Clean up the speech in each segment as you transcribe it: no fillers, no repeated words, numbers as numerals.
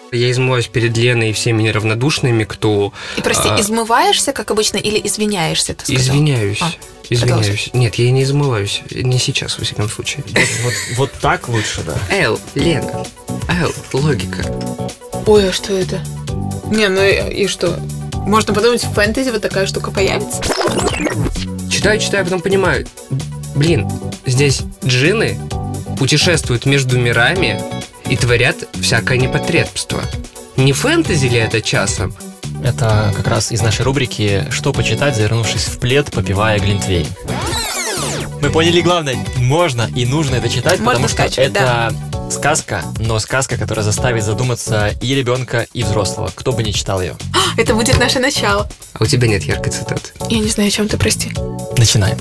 Я измываюсь перед Леной и всеми неравнодушными, кто... И, прости, измываешься, как обычно, или извиняешься, ты сказал? Извиняюсь. Извиняюсь. Нет, я не измываюсь. Не сейчас, во всяком случае. Вот так лучше, да. Лена. Логика. Ой, а что это? Не, ну и что? Можно подумать, в фэнтези вот такая штука появится. Читаю, потом понимаю. Блин, здесь джинны путешествуют между мирами и творят всякое непотребство. Не фэнтези ли это часом? Это как раз из нашей рубрики «Что почитать, завернувшись в плед, попивая глинтвейн». Мы поняли главное, можно и нужно это читать, можно потому что это сказка, но сказка, которая заставит задуматься и ребенка, и взрослого, кто бы ни читал ее. Это будет наше начало. А у тебя нет яркой цитаты. Я не знаю, о чем ты, прости. Начинаем.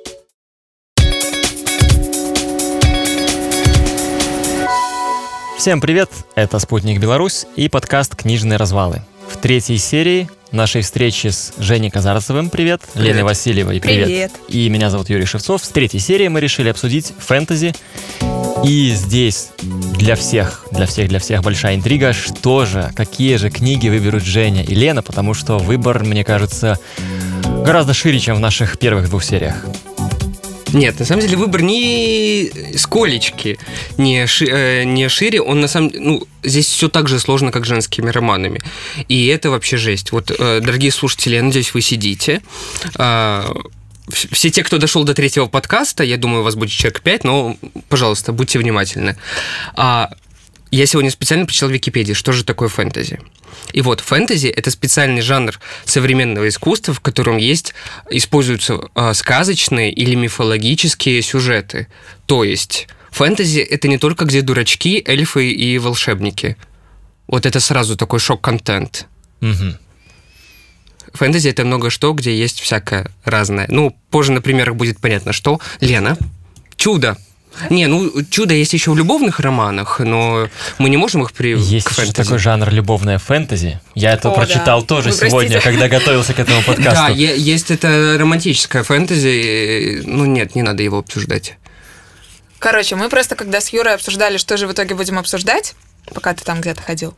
Всем привет, это «Спутник Беларусь» и подкаст «Книжные развалы». В третьей серии нашей встречи с Женей Казарцевым, привет, Леной Васильевой, привет. И меня зовут Юрий Шевцов. В третьей серии мы решили обсудить фэнтези. И здесь для всех большая интрига, какие же книги выберут Женя и Лена, потому что выбор, мне кажется, гораздо шире, чем в наших первых двух сериях. Нет, на самом деле выбор не сколечки, не шире, он на самом деле, здесь все так же сложно, как с женскими романами. И это вообще жесть. Вот, дорогие слушатели, я надеюсь, вы сидите. Все те, кто дошел до третьего подкаста, я думаю, у вас будет человек 5, но, пожалуйста, будьте внимательны. Я сегодня специально прочитал в Википедии, что же такое фэнтези. И вот, фэнтези – это специальный жанр современного искусства, в котором используются сказочные или мифологические сюжеты. То есть, фэнтези – это не только где дурачки, эльфы и волшебники. Вот это сразу такой шок-контент. Угу. Фэнтези – это много что, где есть всякое разное. Позже на примерах будет понятно, что. Лена, чудо. Чудо есть еще в любовных романах, но мы не можем их есть к фэнтези. Есть такой жанр любовное фэнтези. Я это прочитал тоже сегодня, когда готовился к этому подкасту. Да, есть это романтическое фэнтези. Нет, не надо его обсуждать. Короче, мы просто когда с Юрой обсуждали, что же в итоге будем обсуждать, пока ты там где-то ходил.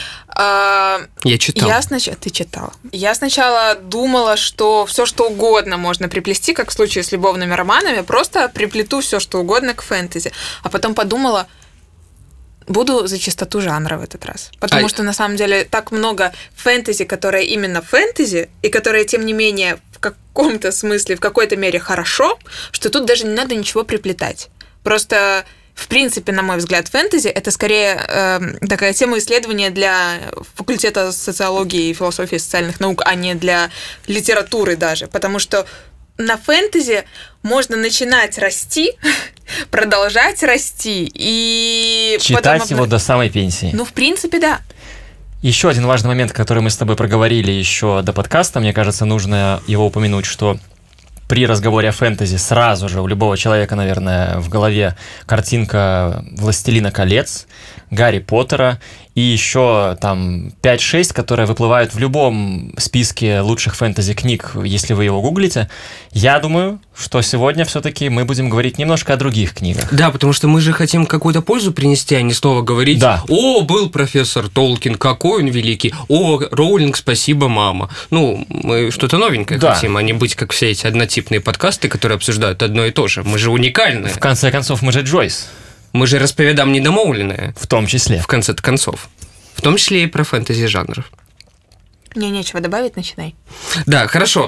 Я читал. Ты читала. Я сначала думала, что все что угодно можно приплести, как в случае с любовными романами, просто приплету все что угодно к фэнтези. А потом подумала, буду за чистоту жанра в этот раз. Потому что на самом деле так много фэнтези, которое именно фэнтези, и которое, тем не менее, в каком-то смысле, в какой-то мере хорошо, что тут даже не надо ничего приплетать. Просто... В принципе, на мой взгляд, фэнтези – это скорее такая тема исследования для факультета социологии и философии социальных наук, а не для литературы даже. Потому что на фэнтези можно начинать расти, продолжать расти и... Читать его до самой пенсии. В принципе, да. Еще один важный момент, который мы с тобой проговорили еще до подкаста, мне кажется, нужно его упомянуть, что при разговоре о фэнтези сразу же у любого человека, наверное, в голове картинка «Властелина колец», «Гарри Поттера» и еще там 5-6, которые выплывают в любом списке лучших фэнтези-книг, если вы его гуглите. Я думаю, что сегодня все-таки мы будем говорить немножко о других книгах. Да, потому что мы же хотим какую-то пользу принести, а не снова говорить: да. «О, был профессор Толкин, какой он великий! О, Роулинг, спасибо, мама!» Мы что-то новенькое хотим, а не быть как все эти однотипные подкасты, которые обсуждают одно и то же. Мы же уникальные. В конце концов, мы же Джойс. Мы же расповедаем недомовленное. В том числе. В конце-то концов. В том числе и про фэнтези-жанров. Мне нечего добавить, начинай. Да, хорошо.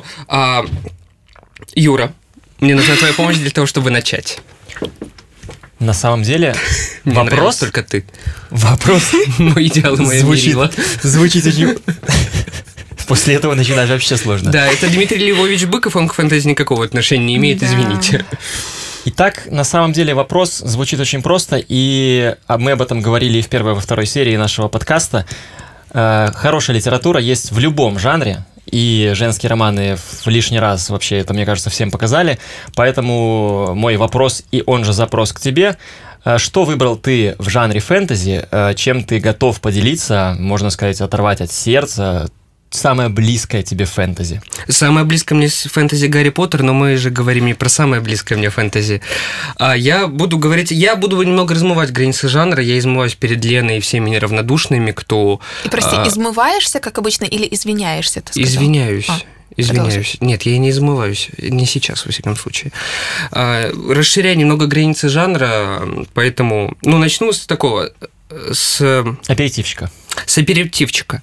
Юра, мне нужна твоя помощь для того, чтобы начать. На самом деле, вопрос... только ты. Вопрос... Мой идеал и моя мерила. Звучит очень... После этого начинать вообще сложно. Да, это Дмитрий Львович Быков, он к фэнтези никакого отношения не имеет, извините. Итак, на самом деле вопрос звучит очень просто, и мы об этом говорили и в первой, и во второй серии нашего подкаста. Хорошая литература есть в любом жанре, и женские романы в лишний раз вообще это, мне кажется, всем показали. Поэтому мой вопрос и он же запрос к тебе. Что выбрал ты в жанре фэнтези, чем ты готов поделиться, можно сказать, оторвать от сердца, самое близкое тебе фэнтези? Самое близкое мне фэнтези Гарри Поттер, но мы же говорим не про самое близкое мне фэнтези. Я буду немного размывать границы жанра, я измываюсь перед Леной и всеми неравнодушными, кто... И, прости, измываешься, как обычно, или извиняешься, ты сказал? Извиняюсь. Извиняюсь. Нет, я не измываюсь. Не сейчас, во всяком случае. Расширяю немного границы жанра, поэтому... начну с такого... Аперитивчика. С аперитивчика.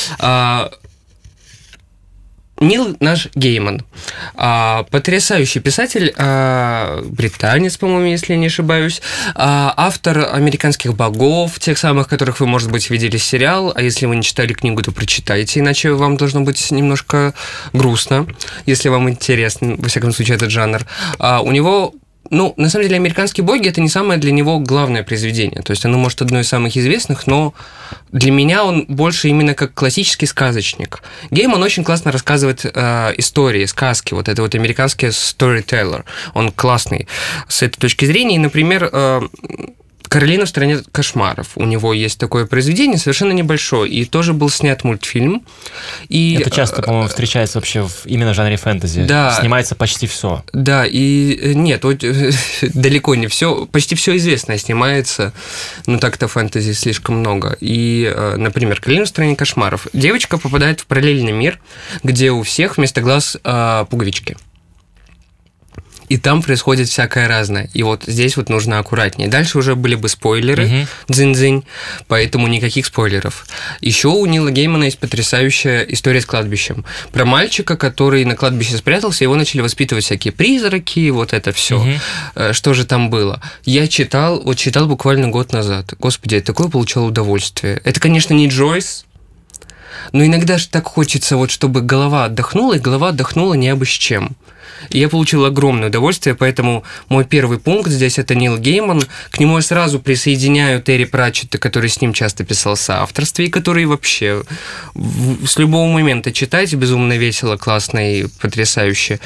Нил наш Гейман. Потрясающий писатель, британец, по-моему, если я не ошибаюсь, автор «Американских богов», тех самых, которых вы, может быть, видели сериал, а если вы не читали книгу, то прочитайте, иначе вам должно быть немножко грустно, если вам интересен, во всяком случае, этот жанр. У него... на самом деле, «Американские боги» — это не самое для него главное произведение. То есть оно, может, одно из самых известных, но для меня он больше именно как классический сказочник. Гейман очень классно рассказывает истории, сказки. Вот это вот американский storyteller. Он классный с этой точки зрения. И, например, «Каролина в стране кошмаров». У него есть такое произведение, совершенно небольшое, и тоже был снят мультфильм. И... Это часто, по-моему, встречается вообще именно в жанре фэнтези. Да. Снимается почти все. Да, и нет, далеко не все, почти все известное снимается, но так-то фэнтези слишком много. И, например, «Каролина в стране кошмаров». Девочка попадает в параллельный мир, где у всех вместо глаз пуговички. И там происходит всякое разное. И вот здесь вот нужно аккуратнее. Дальше уже были бы спойлеры, дзынь-дзынь, поэтому никаких спойлеров. Еще у Нила Геймана есть потрясающая история с кладбищем. Про мальчика, который на кладбище спрятался, его начали воспитывать всякие призраки, вот это все. Что же там было? Я читал буквально год назад. Господи, я такое получал удовольствие. Это, конечно, не Джойс, но иногда же так хочется, вот, чтобы голова отдохнула, и голова отдохнула не абы с чем. И я получил огромное удовольствие, поэтому мой первый пункт здесь – это Нил Гейман. К нему я сразу присоединяю Терри Пратчетта, который с ним часто писал в соавторстве, и который вообще с любого момента читать безумно весело, классно и потрясающе.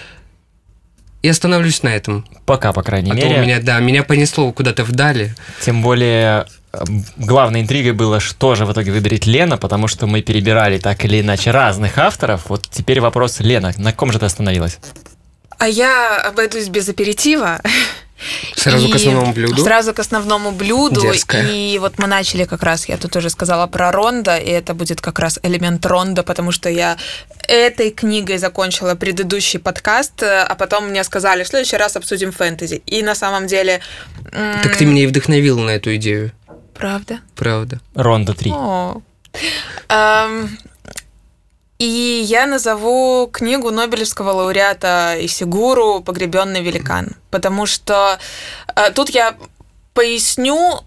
И остановлюсь на этом. Пока, по крайней мере. Меня понесло куда-то вдали. Тем более... Главной интригой было, что же в итоге выберет Лена, потому что мы перебирали так или иначе разных авторов. Вот теперь вопрос, Лена, на ком же ты остановилась? А я обойдусь без аперитива. Сразу к основному блюду? Сразу к основному блюду. Дерзкая. И вот мы начали как раз, я тут уже сказала про Ронда, и это будет как раз элемент Ронда, потому что я этой книгой закончила предыдущий подкаст, а потом мне сказали, в следующий раз обсудим фэнтези. И на самом деле... Так ты меня и вдохновила на эту идею. Правда? Ронда 3. И я назову книгу Нобелевского лауреата Исигуру «Погребенный великан», потому что тут я поясню.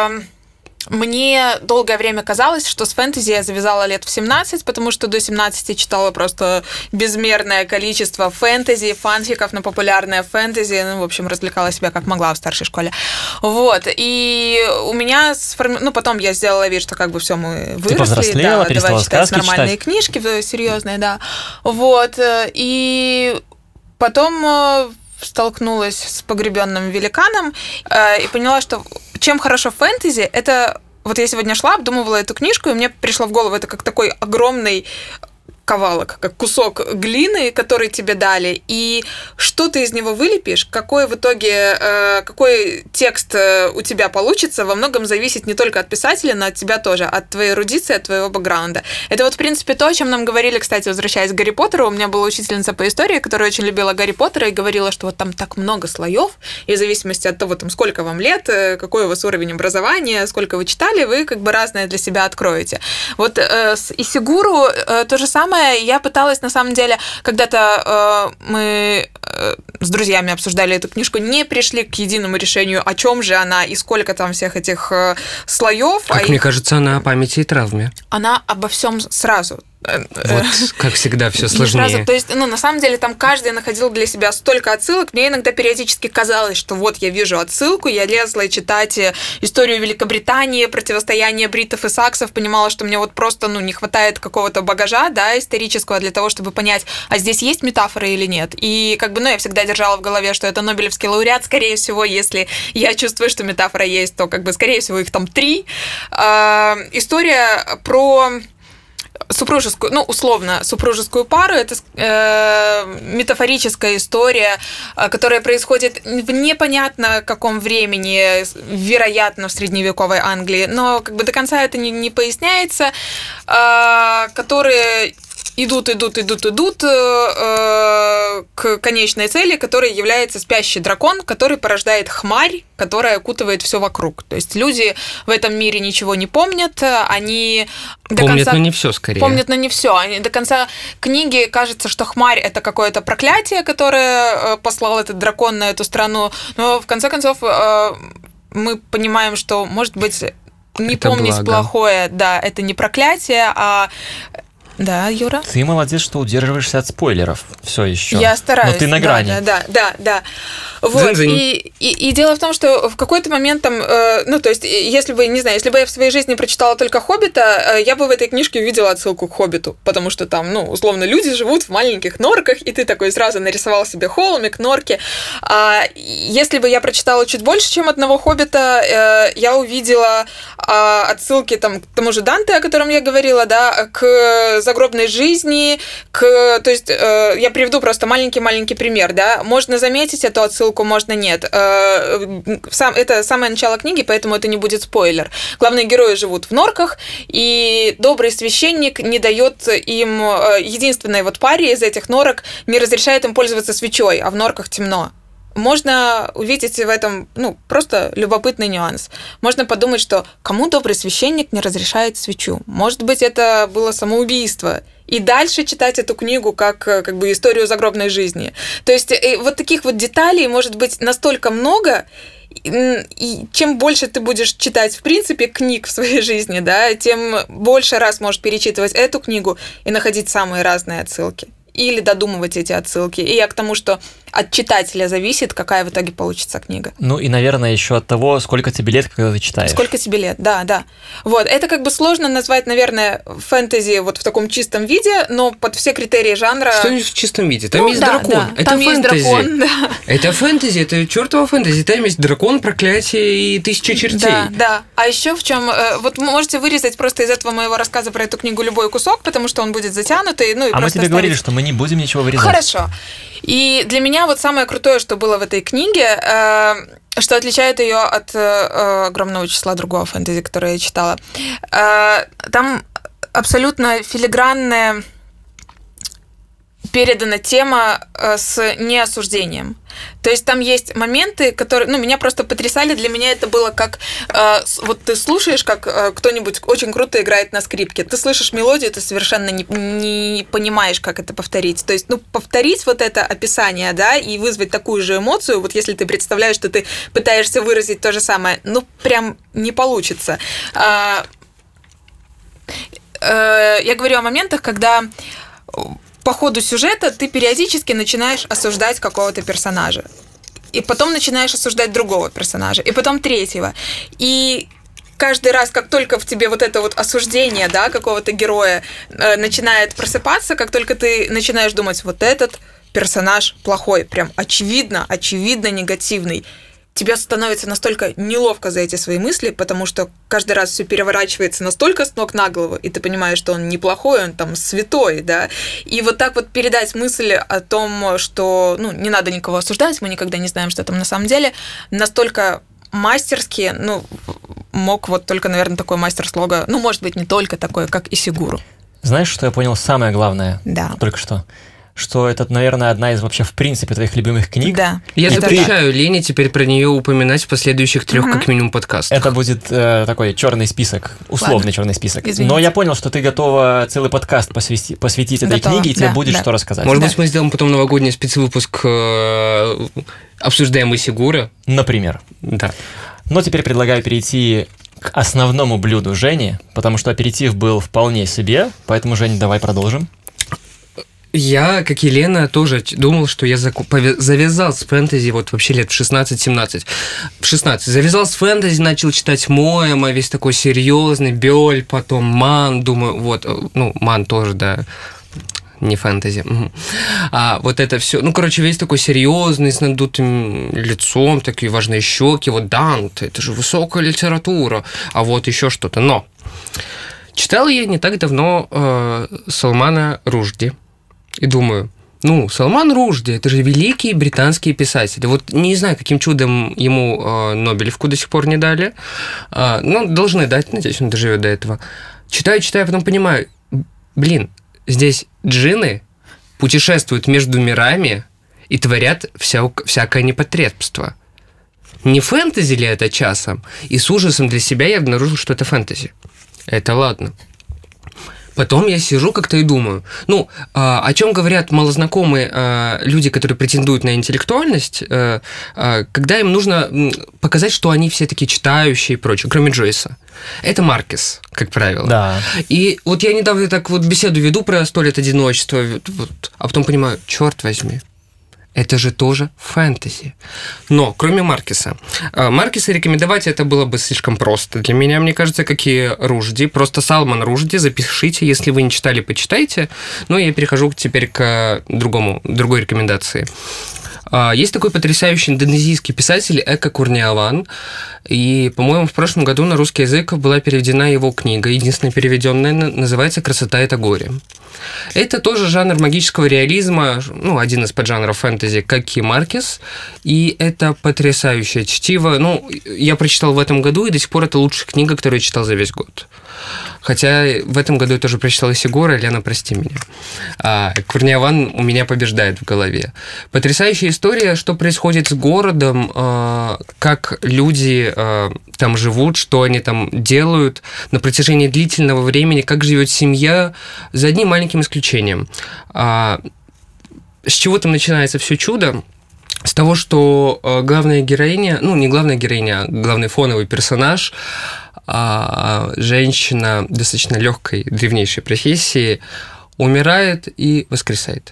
Мне долгое время казалось, что с фэнтези я завязала лет в 17, потому что до 17 читала просто безмерное количество фэнтези, фанфиков на популярное фэнтези. В общем, развлекала себя как могла в старшей школе. Вот. И у меня... потом я сделала вид, что как бы все мы выросли. Ты повзрослела, перестала читать сказки нормальные книжки, серьезные, да. Вот. И потом... столкнулась с «Погребенным великаном» и поняла, что чем хорошо фэнтези, это... Вот я сегодня шла, обдумывала эту книжку, и мне пришло в голову, это как такой огромный ковалок, как кусок глины, который тебе дали, и что ты из него вылепишь, какой в итоге, какой текст у тебя получится, во многом зависит не только от писателя, но от тебя тоже, от твоей эрудиции, от твоего бэкграунда. Это вот, в принципе, то, о чем нам говорили, кстати, возвращаясь к Гарри Поттеру. У меня была учительница по истории, которая очень любила Гарри Поттера и говорила, что вот там так много слоев, и в зависимости от того, там, сколько вам лет, какой у вас уровень образования, сколько вы читали, вы как бы разное для себя откроете. Вот с Исигуру то же самое. Я пыталась, на самом деле, когда-то мы с друзьями обсуждали эту книжку, не пришли к единому решению, о чем же она и сколько там всех этих слоев. Как мне кажется, она о памяти и травме. Она обо всем сразу. Вот, как всегда, все сложнее. Сразу, то есть, на самом деле, там каждый находил для себя столько отсылок. Мне иногда периодически казалось, что вот я вижу отсылку, я лезла читать историю Великобритании, противостояние бритов и саксов, понимала, что мне вот просто, не хватает какого-то багажа, да, исторического для того, чтобы понять, а здесь есть метафоры или нет. И как бы, я всегда держала в голове, что это Нобелевский лауреат, скорее всего, если я чувствую, что метафора есть, то как бы, скорее всего, их там 3. История про супружескую, ну, условно, супружескую пару. Это метафорическая история, которая происходит в непонятно каком времени, вероятно, в средневековой Англии, но как бы до конца это не поясняется, которые идут к конечной цели, которой является спящий дракон, который порождает хмарь, которая окутывает все вокруг. То есть люди в этом мире ничего не помнят, они помнят, но не все, скорее. Помнят, но не все. Они до конца книги кажется, что хмарь — это какое-то проклятие, которое послал этот дракон на эту страну, но в конце концов мы понимаем, что, может быть, не это помнить благо. Плохое, да, это не проклятие, а... Да, Юра? Ты молодец, что удерживаешься от спойлеров все еще. Я стараюсь. Но ты на грани. Да. Вот. И дело в том, что в какой-то момент там, ну, то есть, если бы, не знаю, если бы я в своей жизни прочитала только «Хоббита», я бы в этой книжке увидела отсылку к «Хоббиту», потому что там, ну, условно, люди живут в маленьких норках, и ты такой сразу нарисовал себе холмик, норки. А если бы я прочитала чуть больше, чем одного «Хоббита», я увидела отсылки там, к тому же Данте, о котором я говорила, да, к загробной жизни, то есть я приведу просто маленький пример, да, можно заметить эту отсылку, можно нет. Это самое начало книги, поэтому это не будет спойлер. Главные герои живут в норках, и добрый священник не дает им, единственной вот паре из этих норок не разрешает им пользоваться свечой, а в норках темно. Можно увидеть в этом, ну, просто любопытный нюанс. Можно подумать, что кому добрый священник не разрешает свечу? Может быть, это было самоубийство. И дальше читать эту книгу как бы историю загробной жизни. То есть вот таких вот деталей может быть настолько много, и чем больше ты будешь читать, в принципе, книг в своей жизни, да, тем больше раз можешь перечитывать эту книгу и находить самые разные отсылки. Или додумывать эти отсылки. И я к тому, что от читателя зависит, какая в итоге получится книга. Ну и, наверное, еще от того, сколько тебе лет, когда ты читаешь. Сколько тебе лет, да. Вот. Это как бы сложно назвать, наверное, фэнтези вот в таком чистом виде, но под все критерии жанра... Что в чистом виде? Там есть дракон. Да. Это там фэнтези. Есть дракон, да. Это фэнтези, это чертово фэнтези. Там есть дракон, проклятие и 1000 чертей. Да. А еще в чем? Вот можете вырезать просто из этого моего рассказа про эту книгу любой кусок, потому что он будет затянутый. Ну, и мы тебе говорили, что мы не будем ничего вырезать. Хорошо. И для меня вот самое крутое, что было в этой книге, что отличает ее от огромного числа другого фэнтези, которое я читала. Там абсолютно филигранная передана тема с неосуждением. То есть там есть моменты, которые, ну, меня просто потрясали. Для меня это было как... вот ты слушаешь, как кто-нибудь очень круто играет на скрипке. Ты слышишь мелодию, ты совершенно не понимаешь, как это повторить. То есть, ну, повторить вот это описание, да, и вызвать такую же эмоцию, вот если ты представляешь, что ты пытаешься выразить то же самое, ну, прям не получится. Я говорю о моментах, когда... по ходу сюжета ты периодически начинаешь осуждать какого-то персонажа. И потом начинаешь осуждать другого персонажа. И потом третьего. И каждый раз, как только в тебе вот это вот осуждение, да, какого-то героя начинает просыпаться, как только ты начинаешь думать, вот этот персонаж плохой, прям очевидно негативный, тебе становится настолько неловко за эти свои мысли, потому что каждый раз все переворачивается настолько с ног на голову, и ты понимаешь, что он неплохой, он там святой, да. И вот так вот передать мысль о том, что, ну, не надо никого осуждать, мы никогда не знаем, что там на самом деле, настолько мастерски, ну, мог вот только, наверное, такой мастер слога, ну, может быть, не только такой, как Исигуру. Знаешь, что я понял самое главное? Да. Только что это, наверное, одна из вообще в принципе твоих любимых книг. Да. Я запрещаю Лене теперь про нее упоминать в последующих 3 как минимум подкастах. Это будет такой черный список, условный черный список. Извините. Но я понял, что ты готова целый подкаст посвятить этой книге, и тебе будет что рассказать. Может быть, мы сделаем потом новогодний спецвыпуск, обсуждаем Исигуру. Например. Да. Но теперь предлагаю перейти к основному блюду Жени, потому что аперитив был вполне себе, поэтому, Жень, давай продолжим. Я, как и Лена, тоже думал, что я завязал с фэнтези вот вообще лет в 16-17. В 16 завязал с фэнтези, начал читать Моэма, весь такой серьезный, Бёль, потом Ман, думаю, вот, ну, Ман тоже, да, не фэнтези. А вот это все, ну, короче, весь такой серьезный, с надутым лицом, такие важные щеки, вот Данте, это же высокая литература, а вот еще что-то, но... Читал я не так давно Салмана Рушди. И думаю, Салман Рушди, это же великий британский писатель. Вот не знаю, каким чудом ему Нобелевку до сих пор не дали. Должны дать, надеюсь, он доживет до этого. Читаю, потом понимаю, здесь джинны путешествуют между мирами и творят всякое непотребство. Не фэнтези ли это часом? И с ужасом для себя я обнаружил, что это фэнтези. Это ладно. Потом я сижу как-то и думаю, о чем говорят малознакомые люди, которые претендуют на интеллектуальность, когда им нужно показать, что они все такие читающие и прочее, кроме Джойса. Это Маркес, как правило. Да. И вот я недавно так вот беседу веду про 100 лет одиночества, а потом понимаю, черт возьми, это же тоже фэнтези. Но, кроме Маркеса. Маркеса рекомендовать это было бы слишком просто для меня, мне кажется, как и Рушди. Просто Салман Рушди запишите, если вы не читали, почитайте. Я перехожу теперь к другой рекомендации. Есть такой потрясающий индонезийский писатель Эка Курниаван, и, по-моему, в прошлом году на русский язык была переведена его книга, единственная переведенная, называется «Красота – это горе». Это тоже жанр магического реализма, один из поджанров фэнтези, как и Маркес, и это потрясающее чтиво. Я прочитал в этом году, и до сих пор это лучшая книга, которую я читал за весь год. Хотя в этом году я тоже прочитал Исигора, Лена, прости меня. Курниаван у меня побеждает в голове. Потрясающая история, что происходит с городом, как люди там живут, что они там делают на протяжении длительного времени, как живет семья, за одним маленьким исключением. С чего там начинается все чудо? С того, что главная героиня, не главная героиня, а главный фоновый персонаж, женщина достаточно легкой, древнейшей профессии, умирает и воскресает.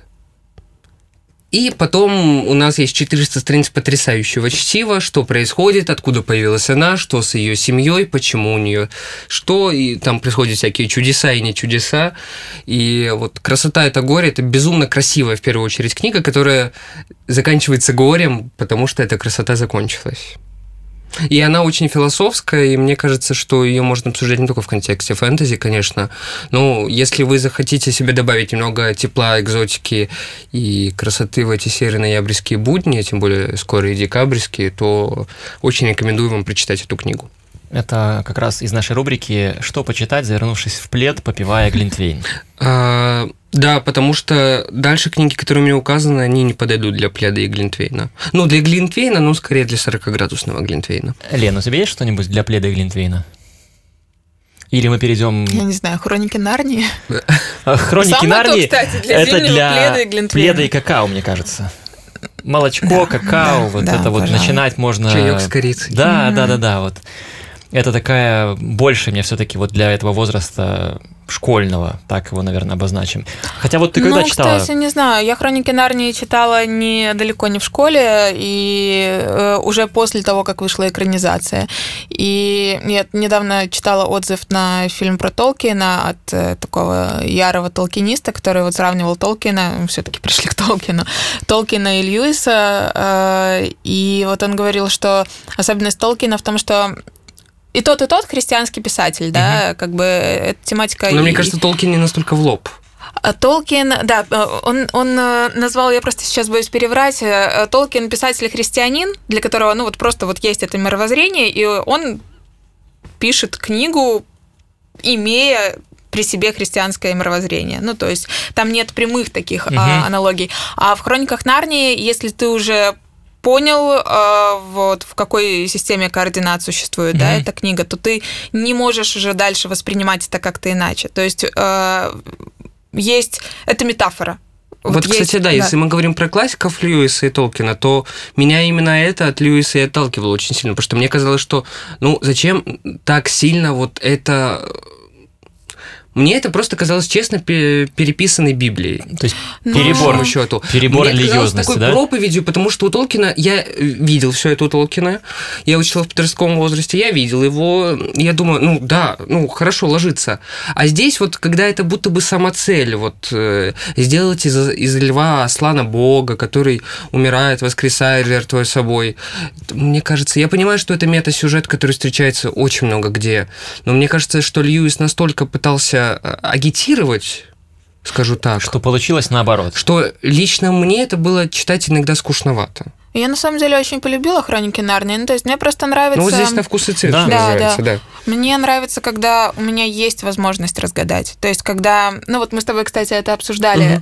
И потом у нас есть 400 страниц потрясающего чтива, что происходит, откуда появилась она, что с ее семьей, почему у нее что, и там происходят всякие чудеса и не чудеса. И вот «Красота – это горе» – это безумно красивая, в первую очередь, книга, которая заканчивается горем, потому что эта красота закончилась. И она очень философская, и мне кажется, что ее можно обсуждать не только в контексте фэнтези, конечно, но если вы захотите себе добавить немного тепла, экзотики и красоты в эти серые ноябрьские будни, тем более скоро и декабрьские, то очень рекомендую вам прочитать эту книгу. Это как раз из нашей рубрики «Что почитать, завернувшись в плед, попивая глинтвейн». Да, потому что дальше книги, которые у меня указаны, они не подойдут для пледа и глинтвейна. Для глинтвейна, скорее для 40-градусного глинтвейна. Лен, у тебя есть что-нибудь для пледа и глинтвейна? Или мы перейдем... Я не знаю, «Хроники Нарнии». «Хроники Нарнии» – это для пледа и какао, мне кажется. Молочко, какао, начинать можно... Чаёк с корицей. Да, вот. Это такая больше мне все-таки вот для этого возраста школьного, так его, наверное, обозначим. Хотя вот ты когда читала? Кстати, не знаю, я «Хроники Нарнии» читала далеко не в школе, и уже после того, как вышла экранизация. И я недавно читала отзыв на фильм про Толкиена от такого ярого толкиниста, который вот сравнивал Толкиена, все-таки пришли к Толкину, Толкина и Льюиса, и вот он говорил, что особенность Толкина в том, что и тот христианский писатель, да, как бы эта тематика... Но мне кажется, Толкин не настолько в лоб. Толкин, да, он назвал, я просто сейчас боюсь переврать, Толкин писатель-христианин, для которого, просто есть это мировоззрение, и он пишет книгу, имея при себе христианское мировоззрение. То есть там нет прямых таких аналогий. А в «Хрониках Нарнии», если ты уже понял, в какой системе координат существует, да, эта книга, то ты не можешь уже дальше воспринимать это как-то иначе. То есть есть... Это метафора. Вот есть, кстати, да, если мы говорим про классиков Льюиса и Толкина, то меня именно это от Льюиса и отталкивало очень сильно, потому что мне казалось, что, зачем так сильно вот это Мне это просто казалось честно переписанной Библией. То есть перебор религиозности, такой да? проповедью, потому что у Толкина, я видел все это у Толкина, я учился в подростковом возрасте, я видел его, я думаю, хорошо, ложится. А здесь вот, когда это будто бы самоцель, вот сделать из льва слана Бога, который умирает, воскресает, жертвуя собой, мне кажется, я понимаю, что это мета-сюжет, который встречается очень много где, но мне кажется, что Льюис настолько пытался агитировать, скажу так. Что получилось наоборот. Что лично мне это было читать иногда скучновато. Я на самом деле очень полюбила «Хроники Нарнии». Ну, то есть мне просто нравится... Ну, вот здесь на вкус и цвет, что называется, да. Мне нравится, когда у меня есть возможность разгадать. То есть когда... Ну, вот мы с тобой, кстати, это обсуждали.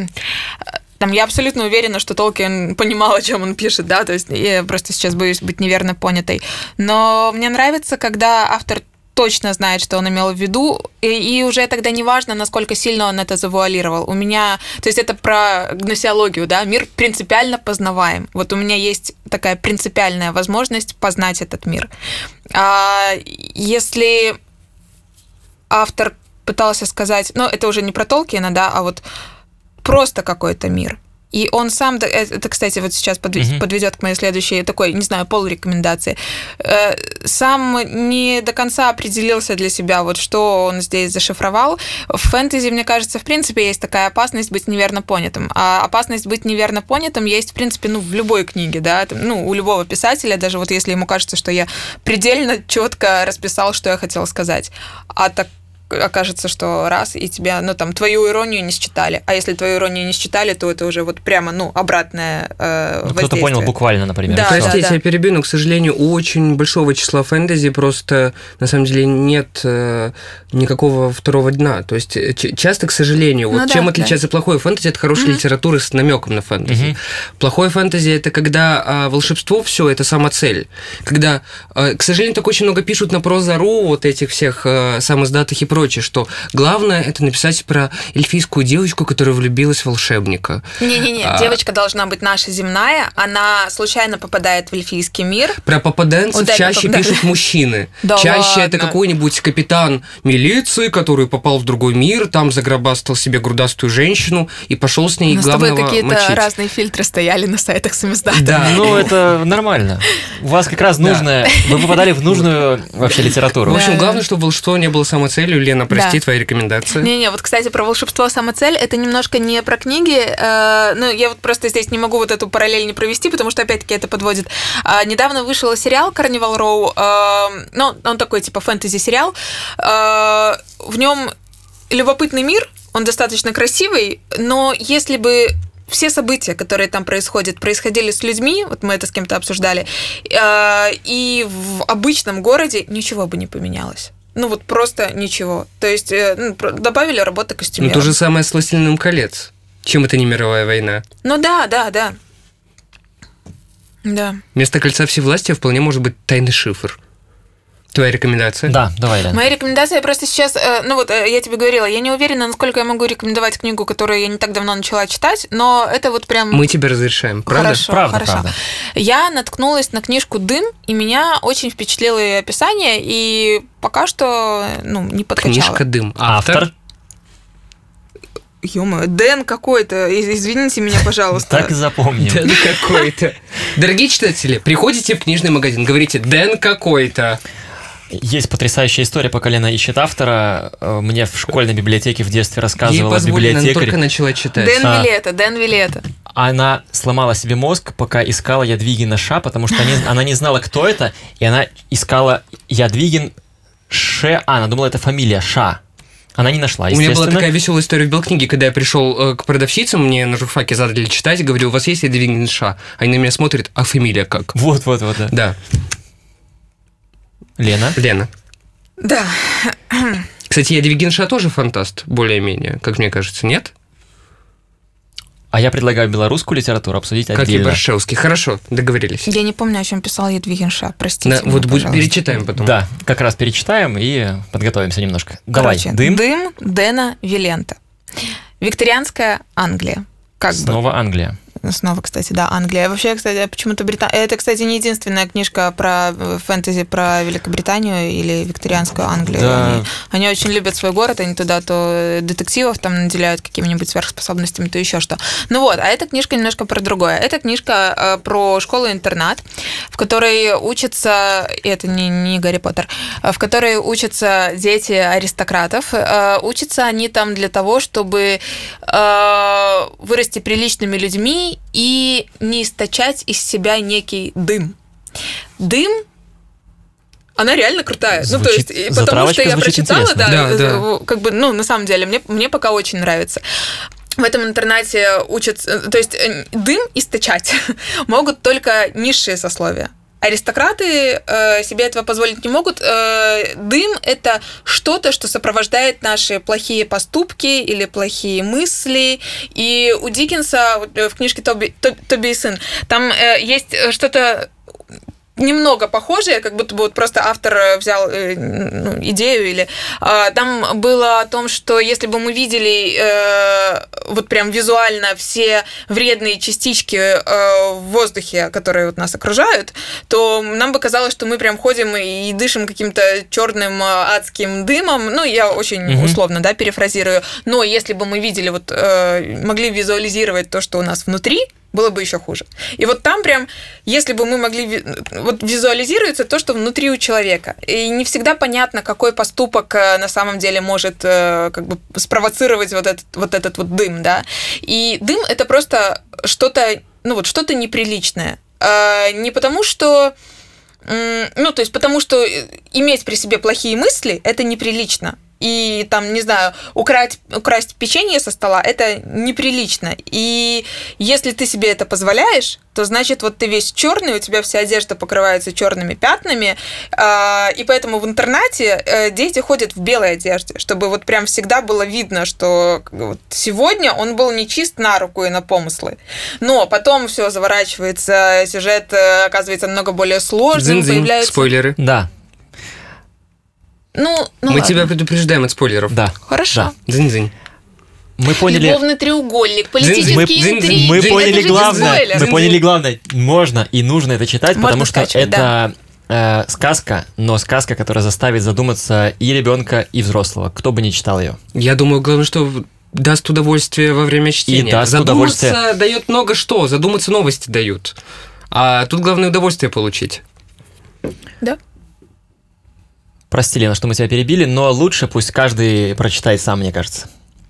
Там я абсолютно уверена, что Толкин понимал, о чем он пишет, да, то есть я просто сейчас боюсь быть неверно понятой. Но мне нравится, когда автор точно знает, что он имел в виду, и уже тогда не важно, насколько сильно он это завуалировал. У меня, то есть это про гносеологию, да, мир принципиально познаваем. Вот у меня есть такая принципиальная возможность познать этот мир. А если автор пытался сказать, ну, это уже не про Толкина, да, а вот просто какой-то мир. И он сам, это, кстати, вот сейчас подведет к моей следующей такой, не знаю, полурекомендации, сам не до конца определился для себя, вот что он здесь зашифровал. В фэнтези, мне кажется, в принципе, есть такая опасность быть неверно понятым. А опасность быть неверно понятым есть, в принципе, в любой книге, да, у любого писателя, даже вот если ему кажется, что я предельно четко расписал, что я хотела сказать. А так окажется, что раз, и тебя, твою иронию не считали. А если твою иронию не считали, то это уже вот прямо, обратное воздействие. Кто-то понял буквально, например. Да, простите, я перебью, но, к сожалению, у очень большого числа фэнтези просто, на самом деле, нет никакого второго дна. То есть, часто, к сожалению, чем отличается плохое фэнтези от хорошей литературы с намеком на фэнтези? Плохое фэнтези – это когда волшебство все это самоцель. Когда, к сожалению, так очень много пишут на Проза.ру вот этих всех самоиздатых и прочее, что главное это написать про эльфийскую девочку, которая влюбилась в волшебника. Не-не-не, девочка должна быть наша земная, она случайно попадает в эльфийский мир. Про попаданцев чаще пишут мужчины. Да чаще ладно. Это какой-нибудь капитан милиции, который попал в другой мир, там загробастал себе грудастую женщину и пошел с ней главного мочить. У нас с тобой какие-то разные фильтры стояли на сайтах самиздата. Да. Ну, это нормально. У вас как раз нужное... Вы попадали в нужную вообще литературу. В общем, главное, чтобы волшебство не было самоцелью. Лена, прости, твои рекомендации. Не-не, вот, кстати, про волшебство самоцель, это немножко не про книги. Я вот просто здесь не могу вот эту параллель не провести, потому что, опять-таки, это подводит. Недавно вышел сериал «Карнивал Роу». Он такой, типа, фэнтези-сериал. В нем любопытный мир, он достаточно красивый, но если бы все события, которые там происходили с людьми, вот мы это с кем-то обсуждали, и в обычном городе ничего бы не поменялось. Вот просто ничего. То есть добавили работы костюмеров. То же самое с «Властелином колец». Чем это не мировая война? Да. Вместо «Кольца всевластия» вполне может быть «Тайный шифр». Твоя рекомендация? Да, давай, Лен. Моя рекомендация просто сейчас... я тебе говорила, я не уверена, насколько я могу рекомендовать книгу, которую я не так давно начала читать, но это вот прям... Мы тебе разрешаем, правда? Хорошо. Я наткнулась на книжку «Дым», и меня очень впечатлило ее описание, и пока что, не подкачало. Книжка «Дым». Автор? Ё-моё, Дэн какой-то, извините меня, пожалуйста. Так и запомним. Дэн какой-то. Дорогие читатели, приходите в книжный магазин, говорите «Дэн какой-то». Есть потрясающая история, пока Лена ищет автора. Мне в школьной библиотеке в детстве рассказывала библиотекарь. Она только начала читать. Дэн Вилета. Она сломала себе мозг, пока искала Ядвигина Ша, потому что она не знала, кто это, и она искала Ядвигин Ше. Она думала, это фамилия Ша. Она не нашла, естественно. У меня была такая веселая история в Белкниге, когда я пришел к продавщицам, мне на журфаке задали читать, говорю, у вас есть Ядвигин Ша? Они на меня смотрят, а фамилия как? Вот, да. Да. Лена? Да. Кстати, Ядвигин Ша тоже фантаст, более-менее, как мне кажется, нет? А я предлагаю белорусскую литературу обсудить отдельно. Как и Баршевский. Хорошо, договорились. Я не помню, о чем писал Ядвигин Ша, простите меня, вот пожалуйста. перечитаем потом. Да, как раз перечитаем и подготовимся немножко. Короче, Давай, «Дым» Дэна Вилента. Викторианская Англия. Снова Англия. снова, кстати, да, Англия. Вообще, кстати, почему-то это, кстати, не единственная книжка про фэнтези про Великобританию или викторианскую Англию. Да. Они очень любят свой город, они туда то детективов там наделяют какими-нибудь сверхспособностями, то еще что. Ну вот, а эта книжка немножко про другое. Это книжка про школу-интернат, в которой учатся, и это не Гарри Поттер, в которой учатся дети аристократов. Учатся они там для того, чтобы вырасти приличными людьми и не источать из себя некий дым. Дым, она реально крутая. Звучит, то есть, потому что я прочитала, да. как бы, на самом деле, мне пока очень нравится. В этом интернате учатся, то есть дым источать могут только низшие сословия. Аристократы себе этого позволить не могут. Дым – это что-то, что сопровождает наши плохие поступки или плохие мысли. И у Диккенса в книжке «Тоби и сын» там есть что-то немного похожее, как будто бы вот просто автор взял идею, или там было о том, что если бы мы видели вот прям визуально все вредные частички в воздухе, которые вот нас окружают, то нам бы казалось, что мы прям ходим и дышим каким-то черным адским дымом. Ну, я очень условно, да, перефразирую. Но если бы мы видели, вот могли визуализировать то, что у нас внутри, было бы еще хуже. И вот там прям, если бы мы могли... Вот визуализируется то, что внутри у человека. И не всегда понятно, какой поступок на самом деле может как бы спровоцировать вот этот дым, да. И дым – это просто что-то, что-то неприличное. Не потому, что... то есть потому, что иметь при себе плохие мысли – это неприлично. И там, не знаю, украсть печенье со стола – это неприлично. И если ты себе это позволяешь, то значит, вот ты весь черный, у тебя вся одежда покрывается черными пятнами, и поэтому в интернате дети ходят в белой одежде, чтобы вот прям всегда было видно, что вот сегодня он был нечист на руку и на помыслы. Но потом все заворачивается, сюжет оказывается намного более сложным. Появляются... Спойлеры. Да. Мы ладно. Тебя предупреждаем от спойлеров. Да. Хорошо. Да. Дзынь-дзынь. Мы поняли... Любовный треугольник, политические интриги. Мы поняли главное. Можно и нужно это читать, потому что это сказка, но сказка, которая заставит задуматься и ребенка, и взрослого, кто бы ни читал ее. Я думаю, главное, что даст удовольствие во время чтения. И даст задуматься дает много что, задуматься новости дают. А тут главное удовольствие получить. Да. Прости, Лена, что мы тебя перебили, но лучше пусть каждый прочитает сам, мне кажется.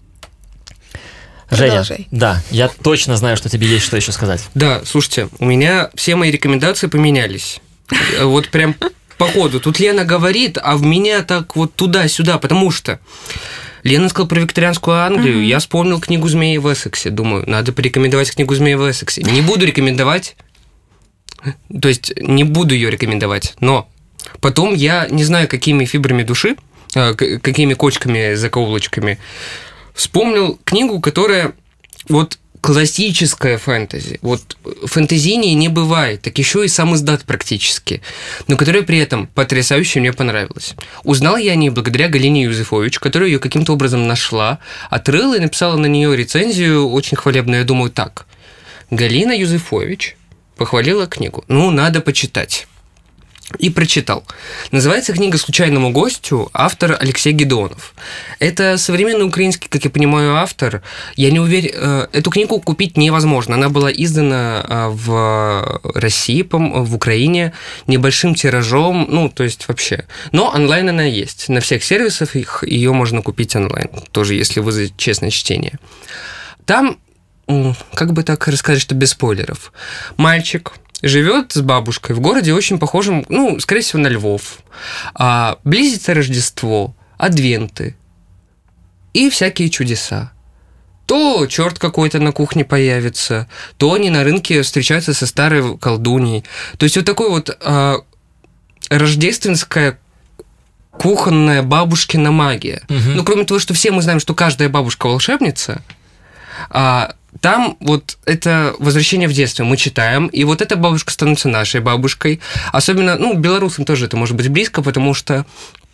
Женя, да, я точно знаю, что тебе есть что еще сказать. Да, слушайте, у меня все мои рекомендации поменялись. Вот прям по ходу. Тут Лена говорит, а в меня так вот туда-сюда, потому что Лена сказала про викторианскую Англию, я вспомнил книгу «Змеи в Эссексе». Думаю, надо порекомендовать книгу «Змеи в Эссексе». Не буду рекомендовать, то есть не буду ее рекомендовать, но... Потом я, не знаю, какими фибрами души, какими кочками, закоулочками, вспомнил книгу, которая вот классическая фэнтези. Вот фэнтезийнее не бывает, так еще и сам издат практически, но которая при этом потрясающе мне понравилась. Узнал я о ней благодаря Галине Юзефович, которая ее каким-то образом нашла, отрыла и написала на нее рецензию очень хвалебную. Я думаю, так, Галина Юзефович похвалила книгу, надо почитать. И прочитал. Называется книга «Случайному гостю», автор Алексей Гедеонов. Это современный украинский, как я понимаю, автор. Я не уверен, эту книгу купить невозможно. Она была издана в России, в Украине, небольшим тиражом, то есть вообще. Но онлайн она есть. На всех сервисах ее можно купить онлайн, тоже если вы за честное чтение. Там, как бы так рассказать, что без спойлеров. Мальчик живет с бабушкой в городе, очень похожем, скорее всего, на Львов. Близится Рождество, адвенты и всякие чудеса. То черт какой-то на кухне появится, то они на рынке встречаются со старой колдуньей. То есть вот такой вот рождественская кухонная бабушкина магия. Угу. Кроме того, что все мы знаем, что каждая бабушка волшебница, там вот это возвращение в детство мы читаем, и вот эта бабушка становится нашей бабушкой. Особенно, белорусам тоже это может быть близко, потому что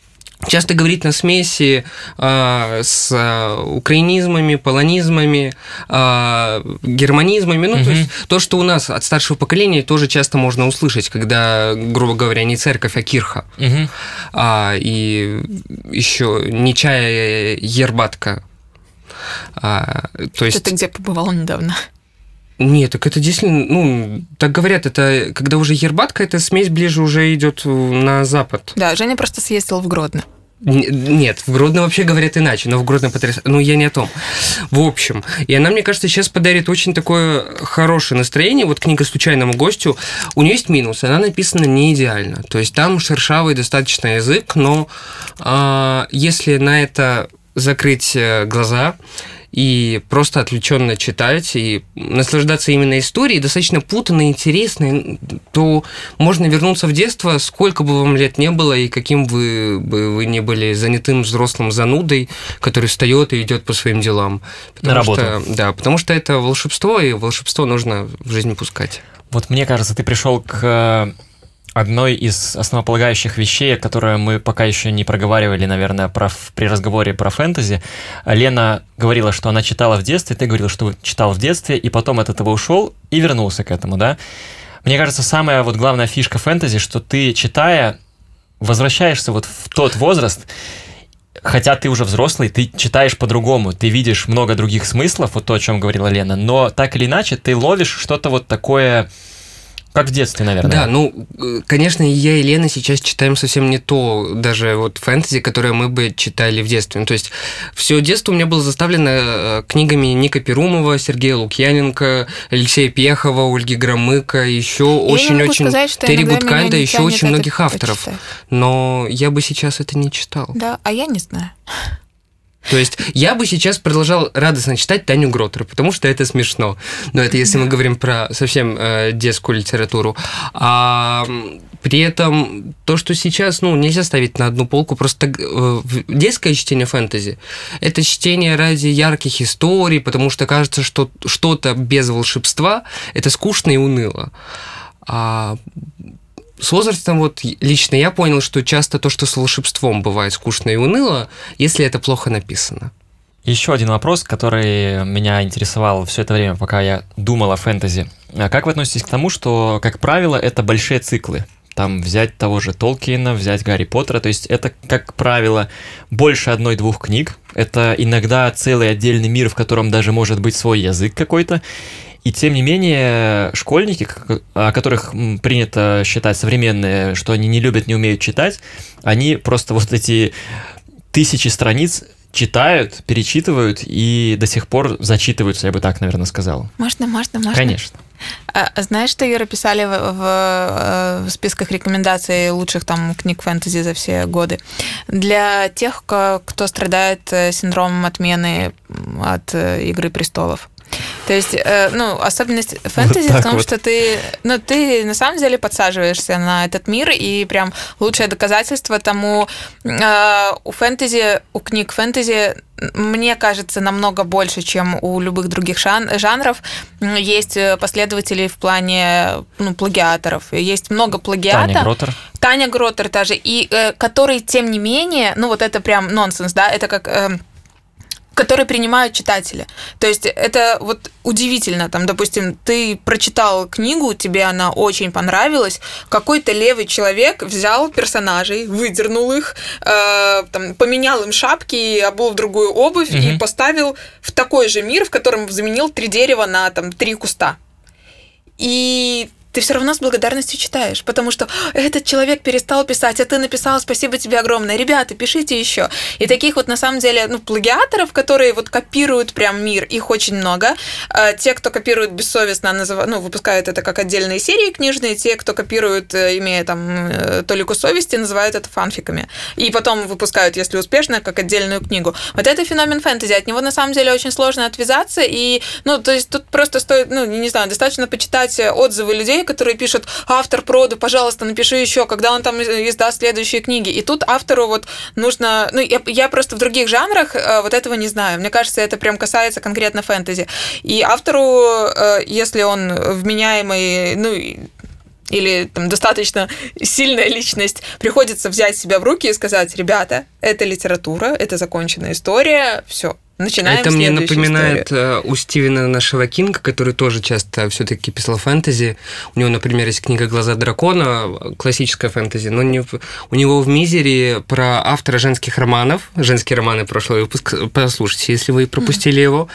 часто говорит на смеси с украинизмами, полонизмами, германизмами. То есть то, что у нас от старшего поколения тоже часто можно услышать, когда, грубо говоря, не церковь, а кирха. И еще нечая ербатка. То есть... Ты где побывал недавно? Нет, так это действительно, так говорят, это когда уже ербатка, эта смесь ближе уже идет на запад. Да, Женя просто съездил в Гродно. Нет, в Гродно вообще говорят иначе, но в Гродно потрясающе. Я не о том. В общем, и она, мне кажется, сейчас подарит очень такое хорошее настроение. Вот книга «Случайному гостю», у нее есть минус, она написана не идеально. То есть там шершавый достаточно язык, но если на это закрыть глаза и просто отвлеченно читать и наслаждаться именно историей, достаточно путанной, интересной, то можно вернуться в детство, сколько бы вам лет не было, и каким вы не были занятым взрослым занудой, который встает и идет по своим делам. На работу. Да, потому что это волшебство, и волшебство нужно в жизнь пускать. Вот мне кажется, ты пришел к одной из основополагающих вещей, которые мы пока еще не проговаривали, наверное, при разговоре про фэнтези. Лена говорила, что она читала в детстве, ты говорил, что читал в детстве, и потом от этого ушел и вернулся к этому, да? Мне кажется, самая вот главная фишка фэнтези, что ты, читая, возвращаешься вот в тот возраст, хотя ты уже взрослый, ты читаешь по-другому, ты видишь много других смыслов, вот то, о чем говорила Лена, но так или иначе ты ловишь что-то вот такое... Как в детстве, наверное. Да, конечно, я и Лена сейчас читаем совсем не то, даже вот фэнтези, которое мы бы читали в детстве. То есть все детство у меня было заставлено книгами Ника Перумова, Сергея Лукьяненко, Алексея Пехова, Ольги Громыко, еще очень-очень... Терри Гудкайда, еще очень многих авторов. Почитать. Но я бы сейчас это не читал. Да, а я не знаю. То есть я бы сейчас продолжал радостно читать Таню Гротер, потому что это смешно. Но это если мы говорим про совсем детскую литературу. А при этом то, что сейчас нельзя ставить на одну полку, просто детское чтение фэнтези – это чтение ради ярких историй, потому что кажется, что что-то без волшебства – это скучно и уныло. А с возрастом вот лично я понял, что часто то, что с волшебством бывает скучно и уныло, если это плохо написано. Еще один вопрос, который меня интересовал все это время, пока я думал о фэнтези. Как вы относитесь к тому, что, как правило, это большие циклы? Там взять того же Толкиена, взять Гарри Поттера, то есть это, как правило, больше 1-2 книг. Это иногда целый отдельный мир, в котором даже может быть свой язык какой-то. И тем не менее, школьники, о которых принято считать современные, что они не любят, не умеют читать, они просто вот эти 1000 страниц читают, перечитывают и до сих пор зачитываются, я бы так, наверное, сказал. Можно? Конечно. Знаешь, что, Юра, писали в списках рекомендаций лучших там книг фэнтези за все годы? Для тех, кто страдает синдромом отмены от «Игры престолов». То есть, особенность фэнтези в том, что ты на самом деле подсаживаешься на этот мир, и прям лучшее доказательство тому у книг фэнтези, мне кажется, намного больше, чем у любых других жанров. Есть последователи в плане плагиаторов. Есть много плагиата. Таня Гротер даже. И который, тем не менее, вот это прям нонсенс, да, это как... которые принимают читатели. То есть это вот удивительно. Там, допустим, ты прочитал книгу, тебе она очень понравилась, какой-то левый человек взял персонажей, выдернул их, поменял им шапки, обул в другую обувь и поставил в такой же мир, в котором заменил 3 дерева на 3 куста. И ты все равно с благодарностью читаешь, потому что этот человек перестал писать, а ты написал, спасибо тебе огромное. Ребята, пишите еще. И таких вот на самом деле плагиаторов, которые вот копируют прям мир, их очень много. Те, кто копирует бессовестно, выпускают это как отдельные серии книжные, те, кто копирует, имея толику совести, называют это фанфиками. И потом выпускают, если успешно, как отдельную книгу. Вот это феномен фэнтези, от него на самом деле очень сложно отвязаться, и, то есть тут просто стоит, не знаю, достаточно почитать отзывы людей, которые пишут: автор проду, пожалуйста, напиши еще, когда он там издаст следующие книги. И тут автору вот нужно... я просто в других жанрах вот этого не знаю. Мне кажется, это прям касается конкретно фэнтези. И автору, если он вменяемый, или там достаточно сильная личность, приходится взять себя в руки и сказать: ребята, это литература, это законченная история, все. Начинаем это мне напоминает историю. У Стивена нашего Кинга, который тоже часто все-таки писал фэнтези. У него, например, есть книга «Глаза дракона», классическая фэнтези, но у него в «Мизере» про автора женских романов, женские романы, прошлый выпуск, послушайте, если вы пропустили его,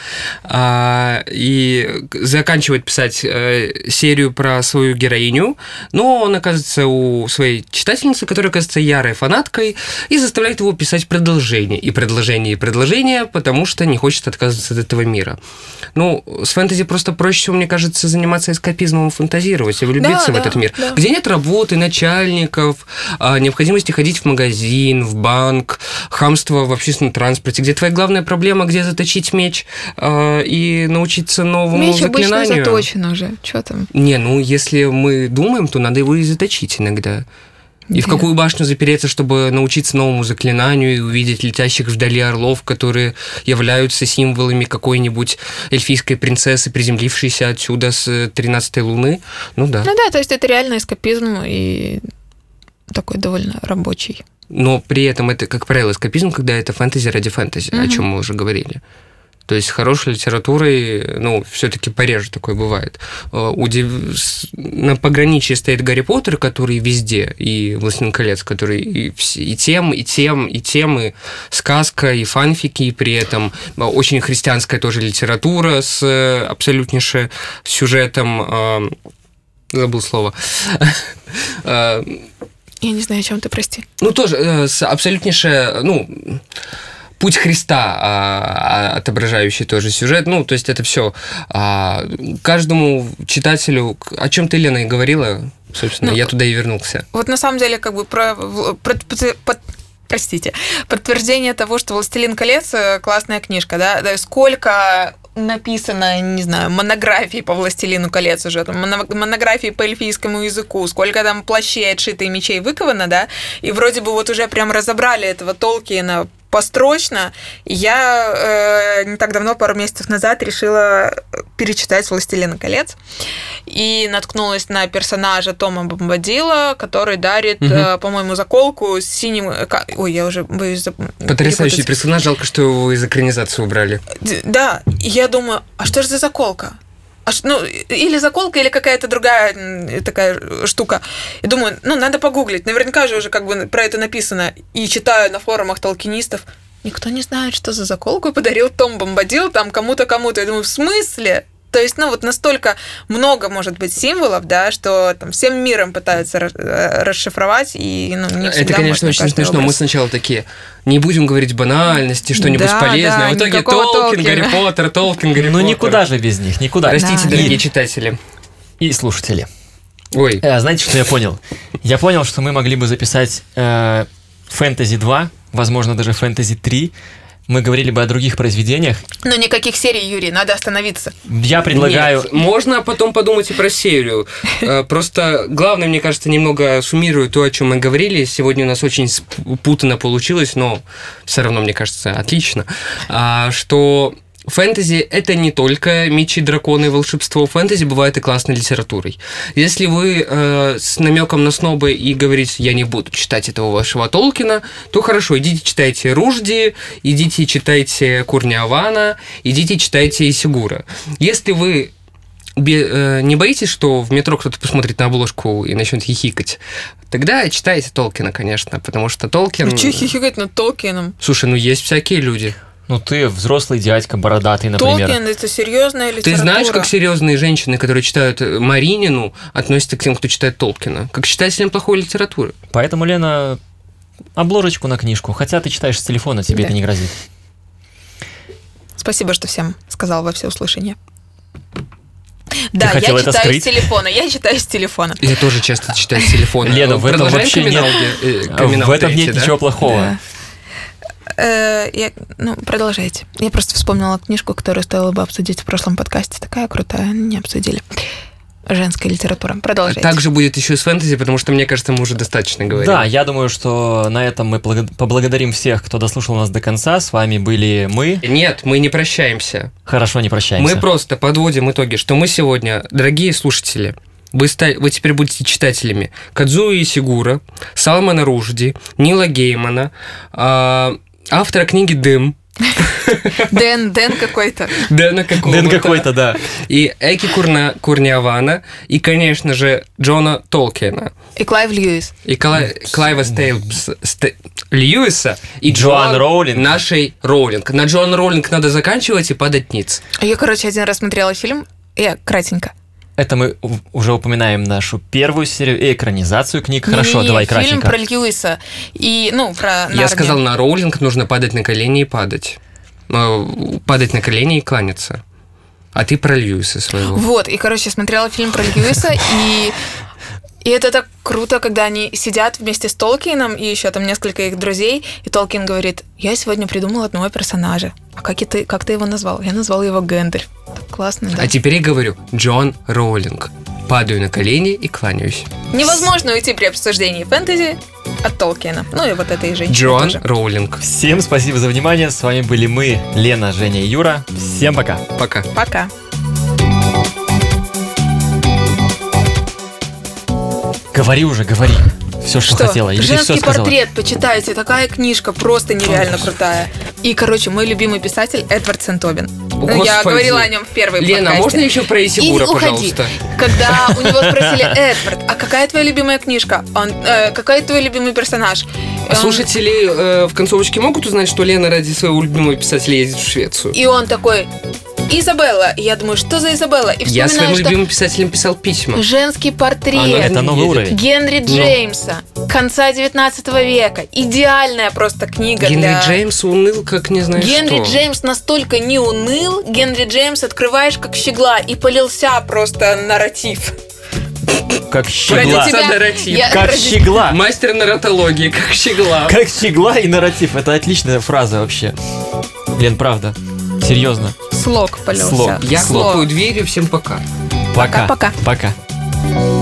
и заканчивает писать серию про свою героиню, но он оказывается у своей читательницы, которая оказывается ярой фанаткой, и заставляет его писать продолжение, и продолжение, и продолжение, потому что не хочет отказываться от этого мира. Ну, с фэнтези просто проще всего, мне кажется, заниматься эскапизмом, фантазировать и влюбиться в этот мир, где нет работы, начальников, необходимости ходить в магазин, в банк, хамство в общественном транспорте, где твоя главная проблема, где заточить меч и научиться новому заклинанию. Меч обычно заточен уже, что там? Не, ну, если мы думаем, то надо его и заточить иногда. И в какую башню запереться, чтобы научиться новому заклинанию и увидеть летящих вдали орлов, которые являются символами какой-нибудь эльфийской принцессы, приземлившейся отсюда с 13-й луны? Ну да. Ну да, то есть это реально эскапизм и такой довольно рабочий. Но при этом это, как правило, эскапизм, когда это фэнтези ради фэнтези, о чем мы уже говорили. То есть хорошей литературой, ну, все-таки пореже такое бывает. На пограничье стоит Гарри Поттер, который везде, и Властелин колец, который и тем, и сказка, и фанфики, и при этом очень христианская тоже литература с абсолютнейшим сюжетом. Забыл слово. Я не знаю, о чем ты, прости. Ну, тоже с абсолютнейшее, путь Христа, отображающий тоже сюжет. Ну, то есть это все каждому читателю, о чем ты, Лена, и говорила, собственно, я туда и вернулся. Вот на самом деле, как бы подтверждение того, что «Властелин колец» — классная книжка, да? Сколько написано, не знаю, монографий по «Властелину колец» уже, там, монографий по эльфийскому языку, сколько там плащей отшито и мечей выковано, да? И вроде бы вот уже прям разобрали этого Толкиена построчно. Я не так давно, пару месяцев назад, решила перечитать «Властелина колец» и наткнулась на персонажа Тома Бомбадила, который дарит, по-моему, заколку с синим... Ой, я уже боюсь... Потрясающий персонаж, жалко, что его из экранизации убрали. Да, и я думаю, а что же за заколка? Или заколка, или какая-то другая такая штука. И думаю, надо погуглить. Наверняка же уже как бы про это написано. И читаю на форумах толкинистов. Никто не знает, что за заколку подарил Том Бомбадил там кому-то. Я думаю, в смысле? То есть, настолько много может быть символов, да, что там всем миром пытаются расшифровать, и не всегда. Это, конечно, очень смешно. Образ. Мы сначала такие, не будем говорить банальности, что-нибудь полезное. А в итоге Толкин, Гарри Поттер, Толкин, Гарри Поттер. Ну, никуда же без них, никуда. Простите, дорогие читатели. И слушатели. Ой. Знаете, что я понял? Я понял, что мы могли бы записать «Фэнтези 2», возможно, даже «Фэнтези 3». Мы говорили бы о других произведениях. Но никаких серий, Юрий, надо остановиться. Я предлагаю... Нет, можно потом подумать и про серию. Просто главное, мне кажется, немного суммирую то, о чем мы говорили. Сегодня у нас очень путано получилось, но все равно, мне кажется, отлично. Что... Фэнтези – это не только мечи, драконы и волшебство. Фэнтези бывает и классной литературой. Если вы с намеком на снобы и говорите, я не буду читать этого вашего Толкина, то хорошо, идите читайте Ружди, идите читайте Курниавана, идите читайте Исигура. Если вы не боитесь, что в метро кто-то посмотрит на обложку и начнет хихикать, тогда читайте Толкина, конечно, потому что Толкин... Ну, что хихикать над Толкином? Слушай, есть всякие люди. Ты взрослый дядька, бородатый, например. Толкин – это серьезная литература. Ты знаешь, как серьезные женщины, которые читают Маринину, относятся к тем, кто читает Толкина? Как к читателям плохой литературы. Поэтому, Лена, обложечку на книжку. Хотя ты читаешь с телефона, тебе это не грозит. Спасибо, что всем сказал во всеуслышание. Да, я читаю с телефона. Я тоже часто читаю с телефона. Лена, в этом вообще нет ничего плохого. Продолжайте. Я просто вспомнила книжку, которую стоило бы обсудить в прошлом подкасте. Такая крутая, не обсудили. Женская литература. Продолжайте. Также будет еще и с фэнтези, потому что, мне кажется, мы уже достаточно говорили. Да, я думаю, что на этом мы поблагодарим всех, кто дослушал нас до конца. С вами были мы. Нет, мы не прощаемся. Хорошо, не прощаемся. Мы просто подводим итоги, что мы сегодня, дорогие слушатели, вы теперь будете читателями Кадзуи Исигуро, Салмана Рушди, Нила Геймана, автора книги «Дым». Дэн какой-то. Дэн какой-то, да. И Эки Курниавана, и, конечно же, Джона Толкиена. И Клайв Льюис. И Клайва Льюиса и Джоан Роулинг. Нашей Роулинг. На Джоан Роулинг надо заканчивать и падать ниц. Я, один раз смотрела фильм, кратенько. Это мы уже упоминаем нашу первую серию и экранизацию книг. Хорошо, давай кратенько. Фильм про Льюиса и, про Нарнию. Я сказал, на Роулинг нужно падать на колени и падать. Падать на колени и кланяться. А ты про Льюиса своего. Вот, и, смотрела фильм про Льюиса, и это так круто, когда они сидят вместе с Толкиеном и еще там несколько их друзей, и Толкиен говорит: я сегодня придумал одного персонажа. А как ты его назвал? Я назвал его Гэндальф. Так классно, да? А теперь я говорю: Джон Роулинг. Падаю на колени и кланяюсь. Невозможно уйти при обсуждении фэнтези от Толкиена. И вот этой женщины Джон тоже. Роулинг. Всем спасибо за внимание. С вами были мы, Лена, Женя и Юра. Всем пока. Пока. Пока. Говори уже, говори. Все, что хотела. Или Женский ты все сказала? портрет, почитайте. Такая книжка просто нереально крутая. И, мой любимый писатель Эдвард Сент-Обин. Я говорила о нем в первой подкасте. Лена, можно еще про Исигуро, пожалуйста? Когда у него спросили: Эдвард, а какая твоя любимая книжка? Какой твой любимый персонаж? Слушатели в концовочке могут узнать, что Лена ради своего любимого писателя ездит в Швецию? И он такой: Изабелла. И я думаю, что за Изабелла? И я своим любимым писателям писал письма. Женский портрет. Это новый уровень. Генри Джеймса. Конца 19 века. Идеальная просто книга Генри Джеймс уныл, как не знаю Генри Джеймс настолько не уныл. Генри Джеймс открываешь как щегла, и полился просто нарратив. Как щегла. Как щегла. Мастер нарратологии, как щегла. Как щегла и нарратив. Это отличная фраза вообще. Лен, правда. Серьезно. Слог полился. Я хлопаю дверью. Всем пока. Пока. Пока. Пока.